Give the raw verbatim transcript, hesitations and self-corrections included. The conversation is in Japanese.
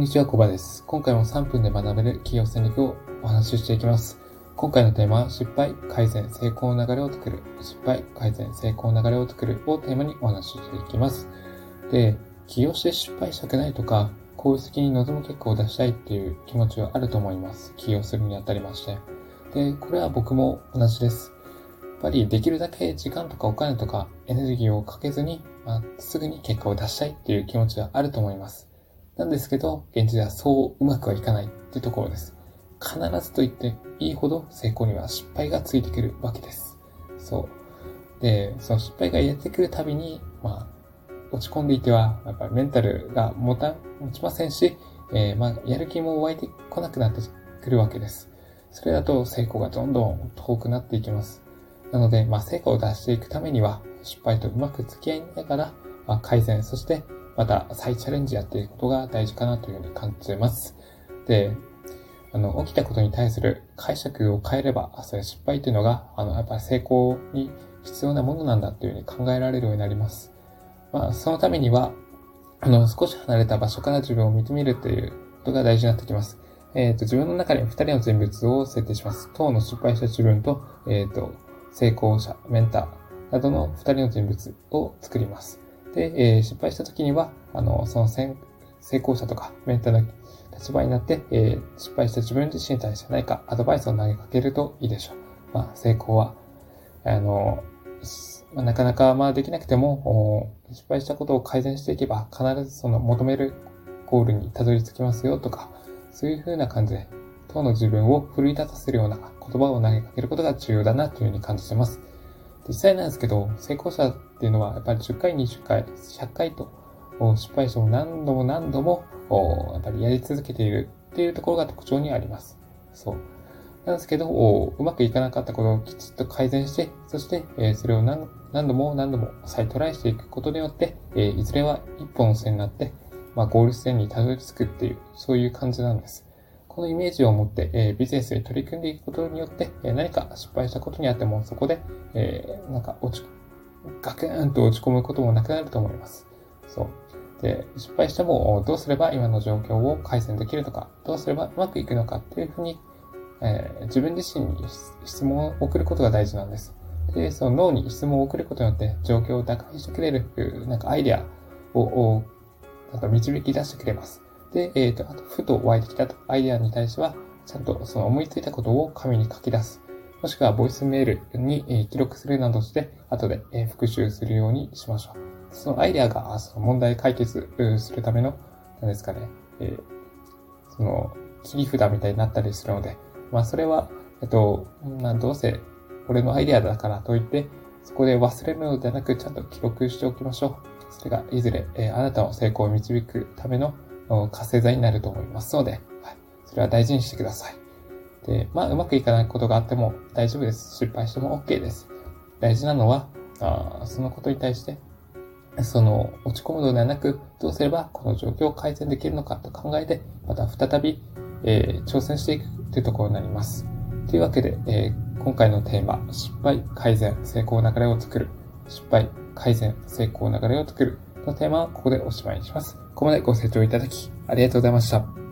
にちは、コバです。今回もさんぷんで学べる企業戦略をお話ししていきます。今回のテーマは、失敗、改善、成功の流れを作る。失敗、改善、成功の流れを作るをテーマにお話ししていきます。で、起業して失敗したくないとか、効率的に望む結果を出したいっていう気持ちはあると思います。起業するにあたりまして。で、これは僕も同じです。やっぱりできるだけ時間とかお金とかエネルギーをかけずに、まあ、すぐに結果を出したいっていう気持ちはあると思います。なんですけど、現実ではそううまくはいかないっていうところです。必ずと言っていいほど成功には失敗がついてくるわけです。そう。で、その失敗がやってくるたびに、まあ、落ち込んでいては、やっぱりメンタルが持た、持ちませんし、えー、まあ、やる気も湧いてこなくなってくるわけです。それだと成功がどんどん遠くなっていきます。なので、まあ、成果を出していくためには、失敗とうまく付き合いながら、まあ、改善、そしてまた再チャレンジやっていくことが大事かなというふうに感じています。で、あの、起きたことに対する解釈を変えれば、それ失敗というのが、あの、やっぱり成功に必要なものなんだというふうに考えられるようになります。まあ、そのためには、あの、少し離れた場所から自分を見てみるということが大事になってきます。えっと、自分の中にふたりの人物を設定します。当の失敗した自分と、えっと、成功者、メンターなどのふたりの人物を作ります。で、えー、失敗した時には、あの、その成功者とかメンターの立場になって、えー、失敗した自分自身に対して何かアドバイスを投げかけるといいでしょう。まあ、成功は、あの、まあ、なかなかまあできなくても、失敗したことを改善していけば、必ずその求めるゴールにたどり着きますよとか、そういう風な感じで、当の自分を奮い立たせるような言葉を投げかけることが重要だなというふうに感じています。実際なんですけど、成功者っていうのはやっぱりじゅっかい、にじゅっかい、ひゃっかいと失敗しても何度も何度もやっぱりやり続けているっていうところが特徴にあります。そう。なんですけど、うまくいかなかったことをきちっと改善して、そしてそれを何度も何度も再トライしていくことによって、いずれは一本の線になって、まあ、ゴール線にたどり着くっていう、そういう感じなんです。このイメージを持って、えー、ビジネスに取り組んでいくことによって、えー、何か失敗したことにあっても、そこで、えー、なんか落ち、ガクーンと落ち込むこともなくなると思います。そう。で、失敗しても、どうすれば今の状況を改善できるのか、どうすればうまくいくのかっていうふうに、えー、自分自身に質問を送ることが大事なんです。で、その脳に質問を送ることによって、状況を打開してくれる、なんかアイデアを、なんか導き出してくれます。で、えっと、あと、ふと湧いてきたアイデアに対しては、ちゃんとその思いついたことを紙に書き出す。もしくは、ボイスメールに記録するなどして、後で復習するようにしましょう。そのアイデアが、その問題解決するための、何ですかね、えー、その、切り札みたいになったりするので、まあ、それは、えっと、まあ、どうせ、俺のアイデアだからといって、そこで忘れるのではなく、ちゃんと記録しておきましょう。それがいずれ、えー、あなたの成功を導くための活性剤になると思いますので、はい、それは大事にしてください。で、まあ、うまくいかないことがあっても大丈夫です。失敗しても OK です。大事なのは、あそのことに対して、その、落ち込むのではなく、どうすればこの状況を改善できるのかと考えて、また再び、えー、挑戦していくというところになります。というわけで、えー、今回のテーマ、失敗、改善、成功の流れを作る。失敗、改善、成功の流れを作るのテーマはここでおしまいにします。ここまでご清聴いただきありがとうございました。